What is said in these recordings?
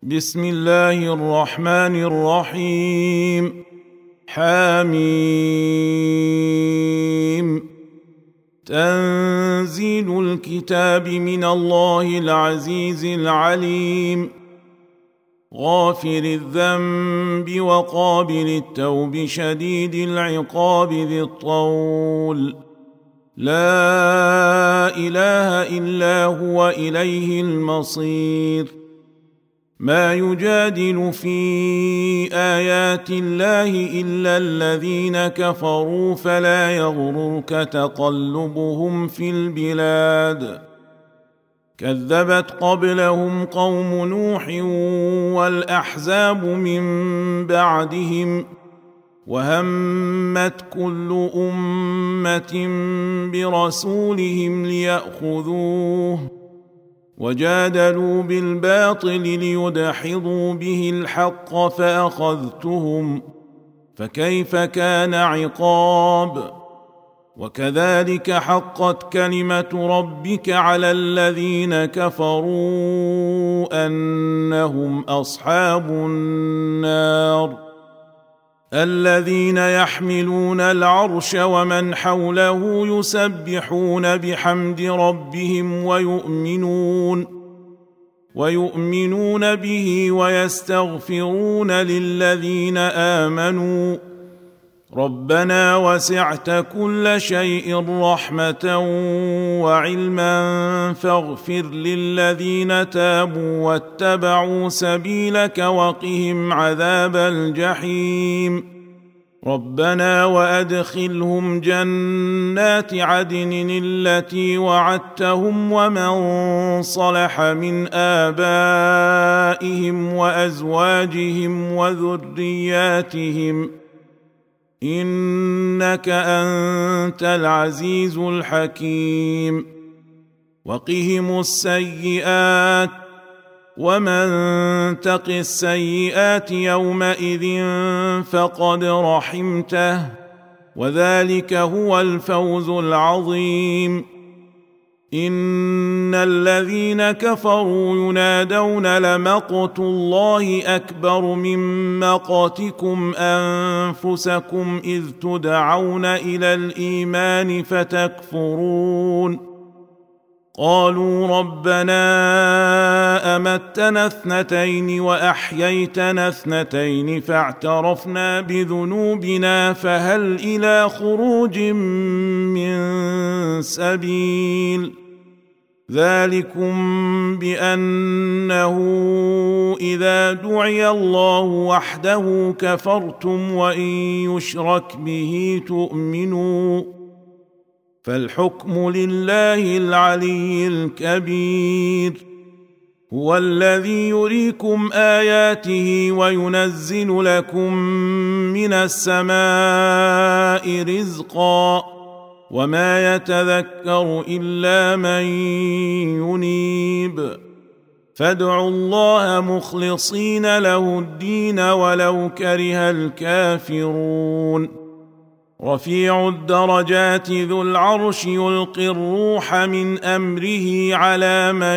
بسم الله الرحمن الرحيم. حميم. تنزيل الكتاب من الله العزيز العليم، غافر الذنب وقابل التوب شديد العقاب ذي الطول، لا إله إلا هو إليه المصير. ما يجادل في آيات الله إلا الذين كفروا فلا يغررك تقلبهم في البلاد. كذبت قبلهم قوم نوح والأحزاب من بعدهم، وهمت كل أمة برسولهم ليأخذوه، وجادلوا بالباطل ليدحضوا به الحق فأخذتهم، فكيف كان عقاب. وكذلك حقت كلمة ربك على الذين كفروا أنهم أصحاب النار. الذين يحملون العرش ومن حوله يسبحون بحمد ربهم ويؤمنون به ويستغفرون للذين آمنوا ربنا وسعت كل شيء رحمة وعلما فاغفر للذين تابوا واتبعوا سبيلك وقهم عذاب الجحيم. ربنا وأدخلهم جنات عدن التي وعدتهم ومن صلح من آبائهم وأزواجهم وذرياتهم إنك أنت العزيز الحكيم. وقهم السيئات ومن تق السيئات يومئذ فقد رحمته، وذلك هو الفوز العظيم. إن الذين كفروا ينادون لمقت الله أكبر من مقتكم أنفسكم إذ تدعون إلى الإيمان فتكفرون. قالوا ربنا أمتنا اثنتين وأحييتنا اثنتين فاعترفنا بذنوبنا فهل إلى خروج من سبيل. ذلكم بأنه إذا دعي الله وحده كفرتم وإن يشرك به تؤمنوا، فالحكم لله العلي الكبير. هو الذي يريكم آياته وينزل لكم من السماء رزقا، وما يتذكر إلا من ينيب. فادعوا الله مخلصين له الدين ولو كره الكافرون. رفيع الدرجات ذو العرش يلقي الروح من أمره على من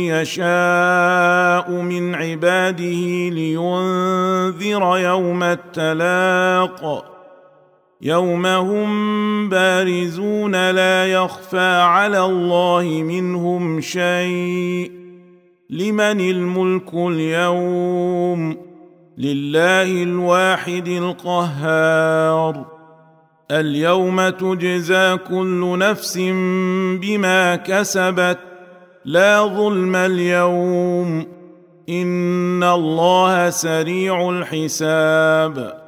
يشاء من عباده لينذر يوم التلاق، يوم هم بارزون لا يخفى على الله منهم شيء. لمن الملك اليوم؟ لله الواحد القهار. اليوم تجزى كل نفس بما كسبت، لا ظلم اليوم، إن الله سريع الحساب.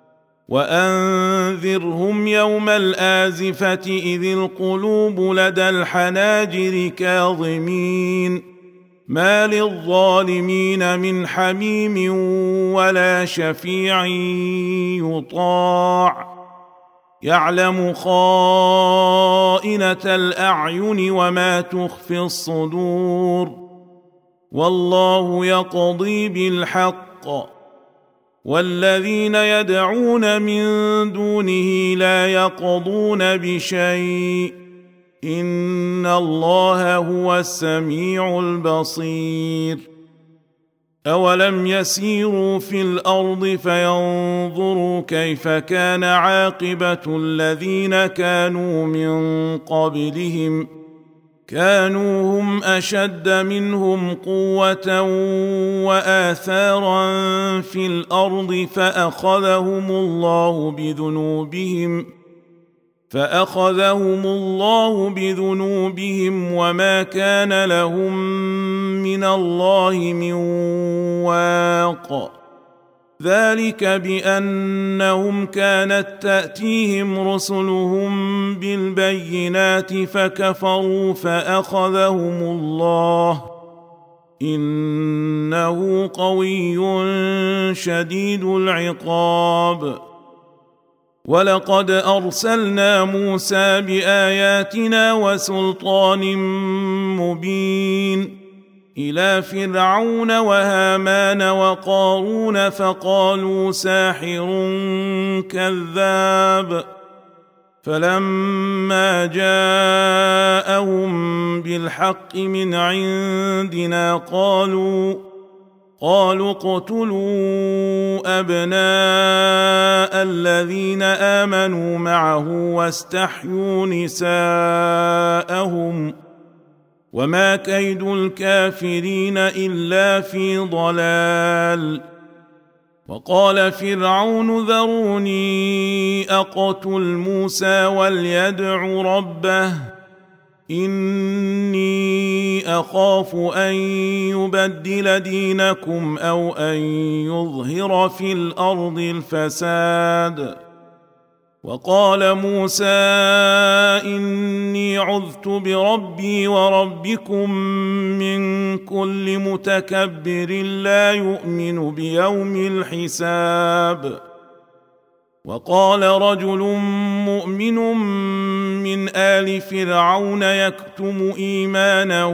وأنذرهم يوم الآزفة إذ القلوب لدى الحناجر كاظمين، ما للظالمين من حميم ولا شفيع يطاع. يعلم خائنة الأعين وما تخفي الصدور، والله يقضي بالحق، والذين يدعون من دونه لا يقضون بشيء، إن الله هو السميع البصير. أولم يسيروا في الأرض فينظروا كيف كان عاقبة الذين كانوا من قبلهم كانوا هم أشد منهم قوة وآثارا في الأرض فأخذهم الله بذنوبهم وما كان لهم من الله من واق ذلك بأنهم كانت تأتيهم رسلهم بالبينات فكفروا فأخذهم الله إنه قوي شديد العقاب. ولقد أرسلنا موسى بآياتنا وسلطان مبين إلى فرعون وهامان وقارون فقالوا ساحر كذاب فلما جاءهم بالحق من عندنا قالوا اقتلوا أبناء الذين آمنوا معه واستحيوا نساءهم وما كيد الكافرين إلا في ضلال. وقال فرعون ذروني أقتل موسى وليدع ربه إني أخاف أن يبدل دينكم أو أن يظهر في الأرض الفساد. وقال موسى إني عذت بربي وربكم من كل متكبر لا يؤمن بيوم الحساب. وقال رجل مؤمن من آل فرعون يكتم إيمانه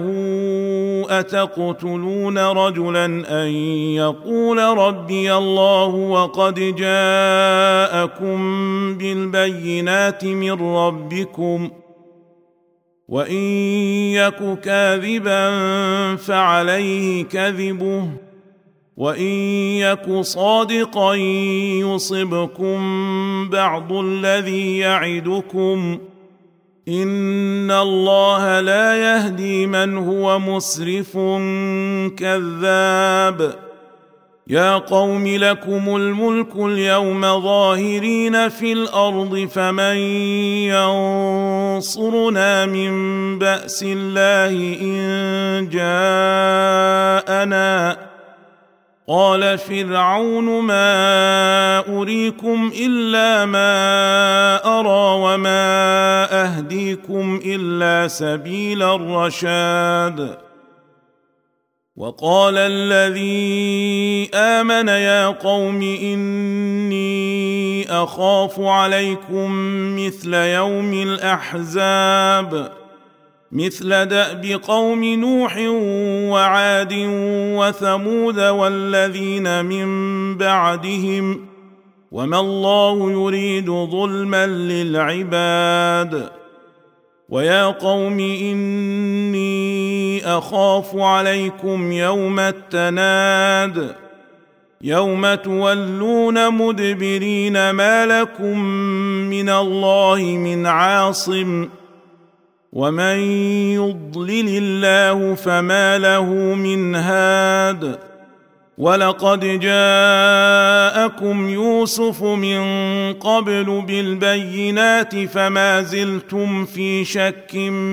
أتقتلون رجلا أن يقول ربي الله وقد جاءكم بالبينات من ربكم وإن يك كاذبا فعليه كذبه وإن يك صادقا يصبكم بعض الذي يعدكم إن الله لا يهدي من هو مسرف كذاب. يا قوم لكم الملك اليوم ظاهرين في الأرض فمن ينصرنا من بأس الله إن جاءنا قال فرعون ما أريكم إلا ما أرى وما أهديكم إلا سبيل الرشاد. وقال الذي آمن يا قوم إني أخاف عليكم مثل يوم الأحزاب مثل دأب قوم نوح وعاد وثمود والذين من بعدهم وما الله يريد ظلما للعباد. ويا قوم إني أخاف عليكم يوم التناد يوم تولون مدبرين ما لكم من الله من عاصم ومن يضلل الله فما له من هاد. ولقد جاءكم يوسف من قبل بالبينات فما زلتم في شك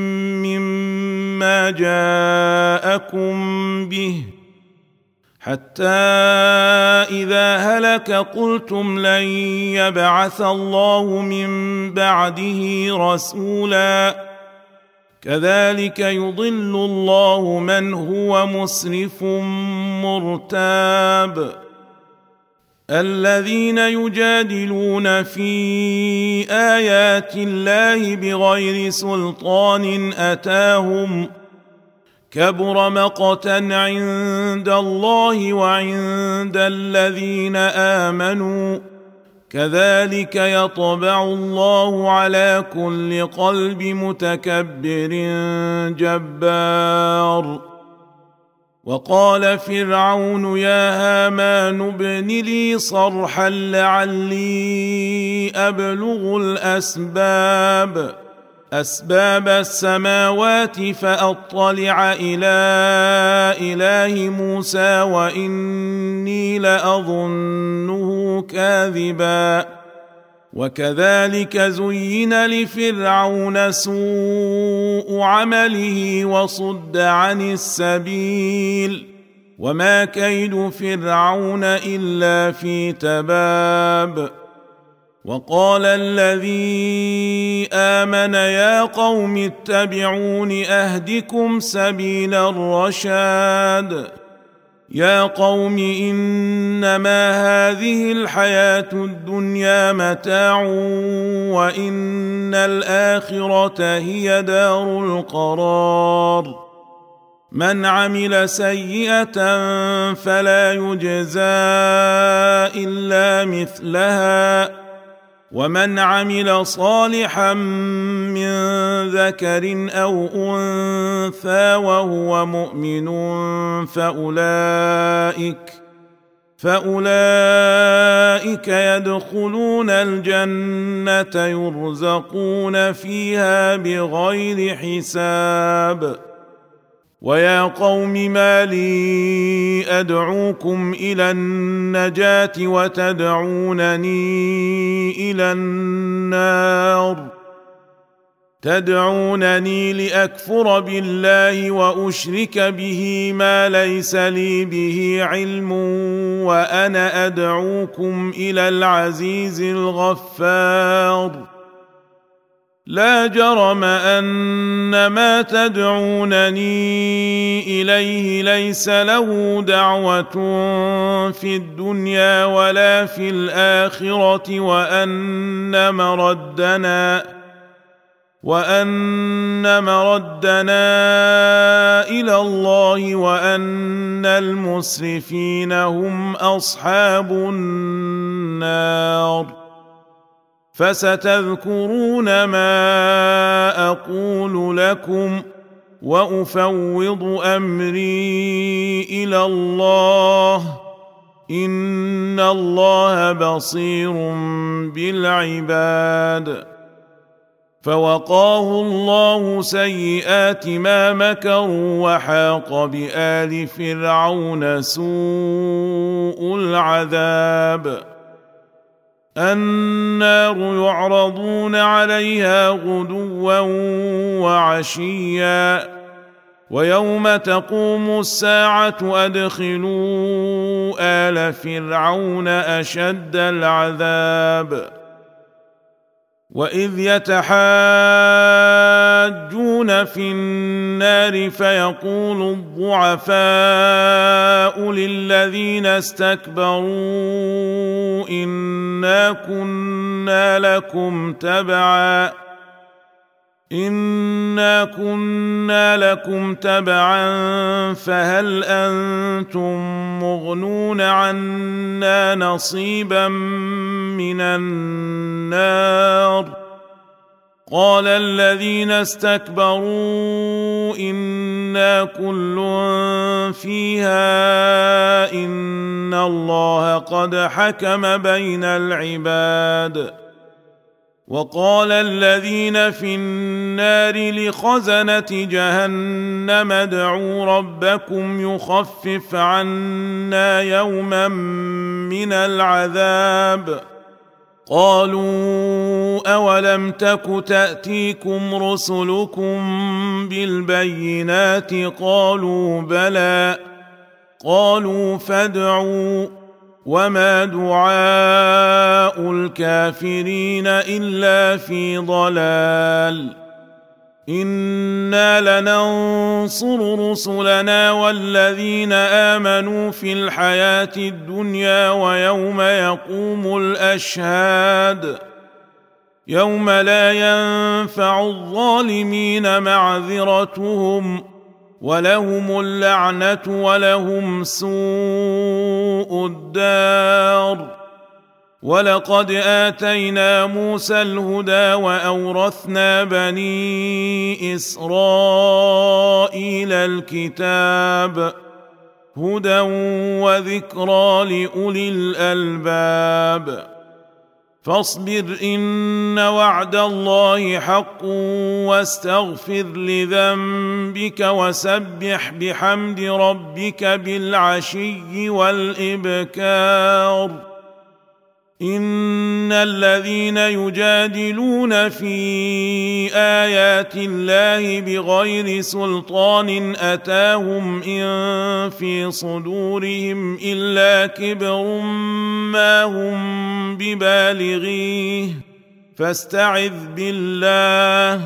مما جاءكم به حتى إذا هلك قلتم لن يبعث الله من بعده رسولا كذلك يضل الله من هو مسرف مرتاب. الذين يجادلون في آيات الله بغير سلطان أتاهم كبر مقتا عند الله وعند الذين آمنوا كذلك يطبع الله على كل قلب متكبر جبار. وقال فرعون يا هامان ابن لي صرحا لعلي أبلغ أسباب السماوات فأطلع إلى إله موسى وإني لأظنه كاذبا وكذلك زين لفرعون سوء عمله وصد عن السبيل وما كيد فرعون إلا في تباب وقال الذي آمن يا قوم اتبعون أهدكم سبيل الرشاد يا قوم إنما هذه الحياة الدنيا متاع وإن الآخرة هي دار القرار من عمل سيئة فلا يجزى إلا مثلها ومن عمل صالحا من ذكر أو أنثى وهو مؤمن فأولئك يدخلون الجنة يرزقون فيها بغير حساب ويا قوم ما لي أدعوكم إلى النجاة وتدعونني إلى النار تدعونني لأكفر بالله وأشرك به ما ليس لي به علم وأنا أدعوكم إلى العزيز الغفار لا جرم أن ما تدعونني إليه ليس له دعوة في الدنيا ولا في الآخرة وأن مردنا إلى الله وأن المسرفين هم أصحاب النار فستذكرون ما أقول لكم وأفوض أمري إلى الله إن الله بصير بالعباد فوقاه الله سيئات ما مكروا وحاق بآل فرعون سوء العذاب النار يعرضون عليها غدوا وعشيا ويوم تقوم الساعة أدخلوا آل فرعون أشد العذاب وإذ يتحاجون في النار فيقول الضعفاء للذين استكبروا إنا كنا لكم تبعا فهل أنتم مغنون عنا نصيبا من النار قال الذين استكبروا إنا كل فيها إن الله قد حكم بين العباد وقال الذين في النار لخزنة جهنم ادعوا ربكم يخفف عنا يوما من العذاب قالوا أولم تك تأتيكم رسلكم بالبينات قالوا بلى قالوا فادعوا وما دعاء الكافرين إلا في ضلال إنا لننصر رسلنا والذين آمنوا في الحياة الدنيا ويوم يقوم الأشهاد يوم لا ينفع الظالمين معذرتهم ولهم اللعنة ولهم سوء الدار ولقد آتينا موسى الهدى وأورثنا بني إسرائيل الكتاب هدى وذكرى لأولي الألباب. فاصبر إن وعد الله حق واستغفر لذنبك وسبح بحمد ربك بالعشي والإبكار. إن الذين يجادلون في آيات الله بغير سلطان أتاهم إن في صدورهم إلا كبر ما هم ببالغيه فاستعذ بالله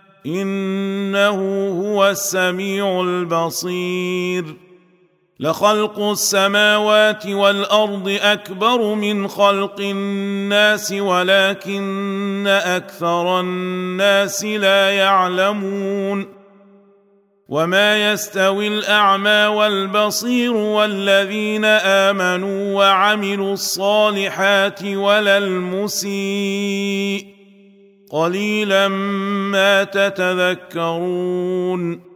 إنه هو السميع البصير. لخلق السماوات والأرض أكبر من خلق الناس ولكن أكثر الناس لا يعلمون. وما يستوي الأعمى والبصير والذين آمنوا وعملوا الصالحات ولا المسيء قليلا ما تتذكرون.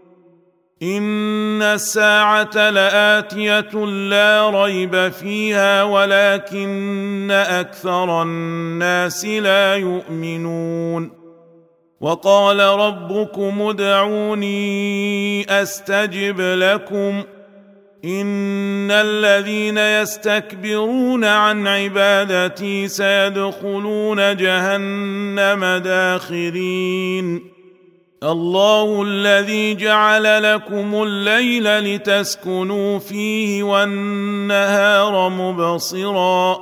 إن الساعة لآتية لا ريب فيها ولكن أكثر الناس لا يؤمنون. وقال ربكم ادعوني أستجب لكم إن الذين يستكبرون عن عبادتي سيدخلون جهنم داخرين. الله الذي جعل لكم الليل لتسكنوا فيه والنهار مبصرا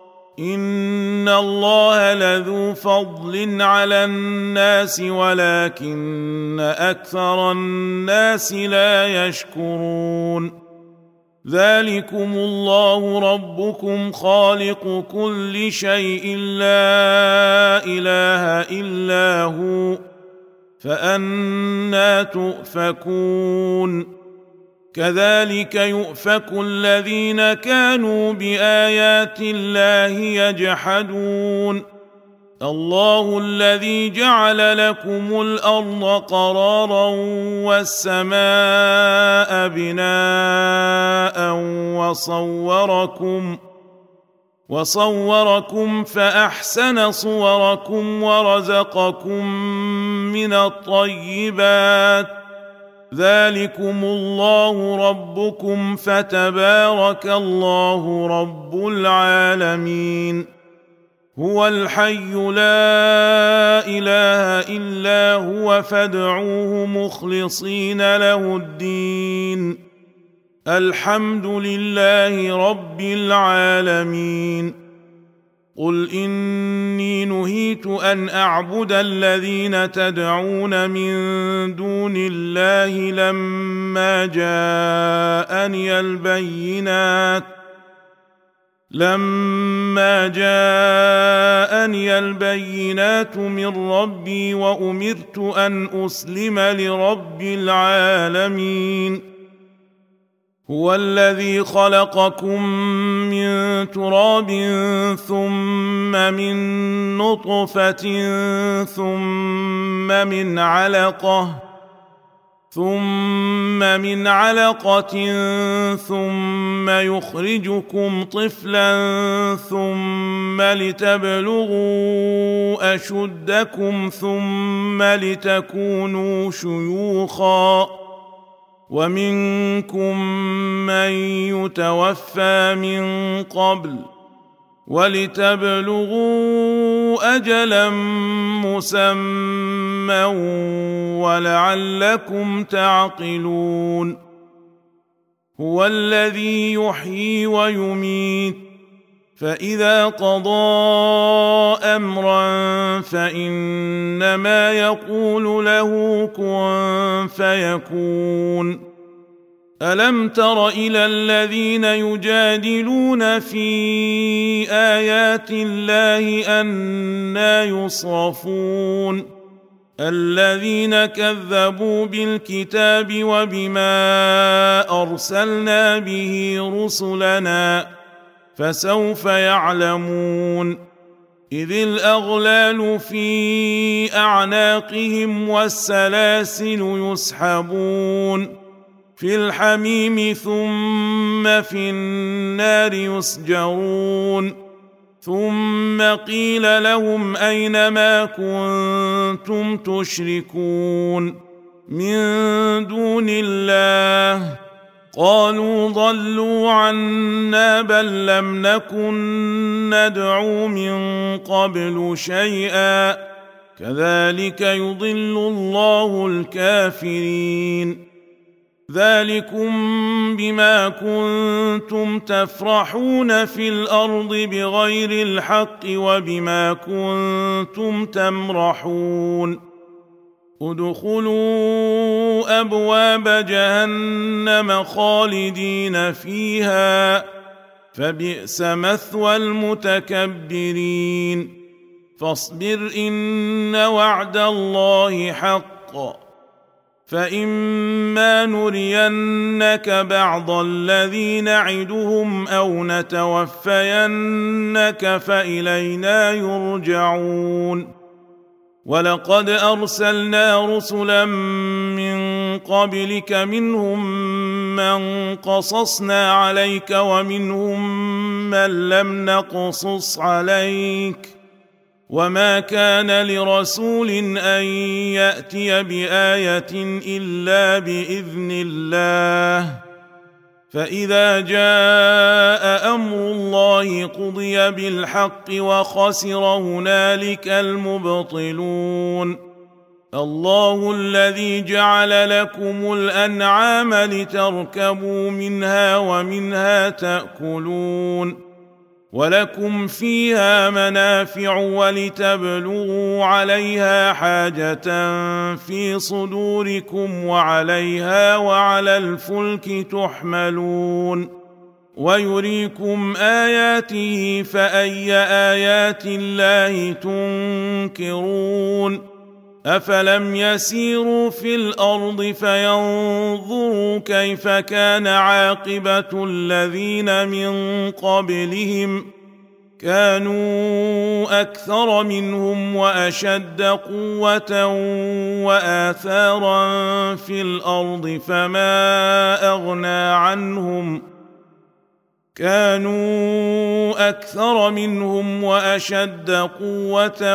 إن الله لذو فضل على الناس ولكن أكثر الناس لا يشكرون. ذلكم الله ربكم خالق كل شيء لا إله إلا هو فأنى تؤفكون. كذلك يؤفك الذين كانوا بآيات الله يجحدون. الله الذي جعل لكم الأرض قرارا والسماء بناء وصوركم فأحسن صوركم ورزقكم من الطيبات. ذلكم الله ربكم فتبارك الله رب العالمين. هو الحي لا إله إلا هو فادعوه مخلصين له الدين. الحمد لله رب العالمين. قل إني نهيت أن أعبد الذين تدعون من دون الله لما جاءني البينات من ربي وأمرت أن أسلم لرب العالمين. هو الذي خلقكم من تراب ثم من نطفة ثم من علقة ثم يخرجكم طفلا ثم لتبلغوا أشدكم ثم لتكونوا شيوخا ومنكم من يتوفى من قبل ولتبلغوا أجلا مسمى ولعلكم تعقلون. هو الذي يحيي ويميت فإذا قضى أمرا فإنما يقول له كن فيكون. ألم تر إلى الذين يجادلون في آيات الله أنى يصرفون الذين كذبوا بالكتاب وبما أرسلنا به رسلنا فسوف يعلمون. إذ الأغلال في أعناقهم والسلاسل يسحبون في الحميم ثم في النار يسجرون ثم قيل لهم أين ما كنتم تشركون من دون الله قالوا ضلوا عنا بل لم نكن ندعو من قبل شيئا كذلك يضل الله الكافرين ذلكم بما كنتم تفرحون في الأرض بغير الحق وبما كنتم تمرحون ادخلوا أبواب جهنم خالدين فيها فبئس مثوى المتكبرين فاصبر إن وعد الله حق فإما نرينك بعض الذي نعدهم أو نتوفينك فإلينا يرجعون ولقد أرسلنا رسلا من قبلك منهم من قصصنا عليك ومنهم من لم نقصص عليك وما كان لرسول أن يأتي بآية إلا بإذن الله فإذا جاء أمر الله قضي بالحق وخسر هنالك المبطلون الله الذي جعل لكم الأنعام لتركبوا منها ومنها تأكلون ولكم فيها منافع ولتبلغوا عليها حاجة في صدوركم وعليها وعلى الفلك تحملون ويريكم آياته فأي آيات الله تنكرون أفلم يسيروا في الأرض فينظروا كيف كان عاقبة الذين من قبلهم كانوا أكثر منهم وأشد قوة وآثارا في الأرض فما أغنى عنهم كانوا أكثر منهم وأشد قوة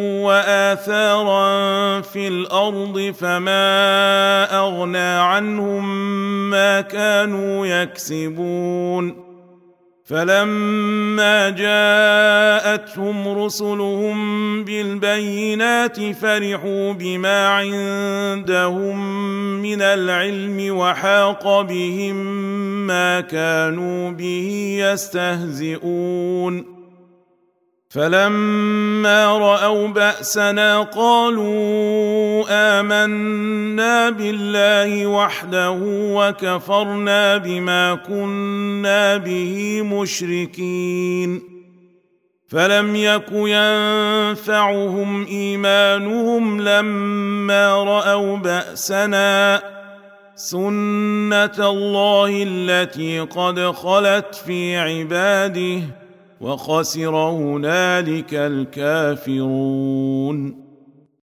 وآثارا في الأرض فما أغنى عنهم ما كانوا يكسبون فلما جاءتهم رسلهم بالبينات فرحوا بما عندهم من العلم وحاق بهم ما كانوا به يستهزئون فلما رأوا بأسنا قالوا آمنا بالله وحده وكفرنا بما كنا به مشركين فلم يك ينفعهم إيمانهم لما رأوا بأسنا سنة الله التي قد خلت في عباده وخسر هنالك الكافرون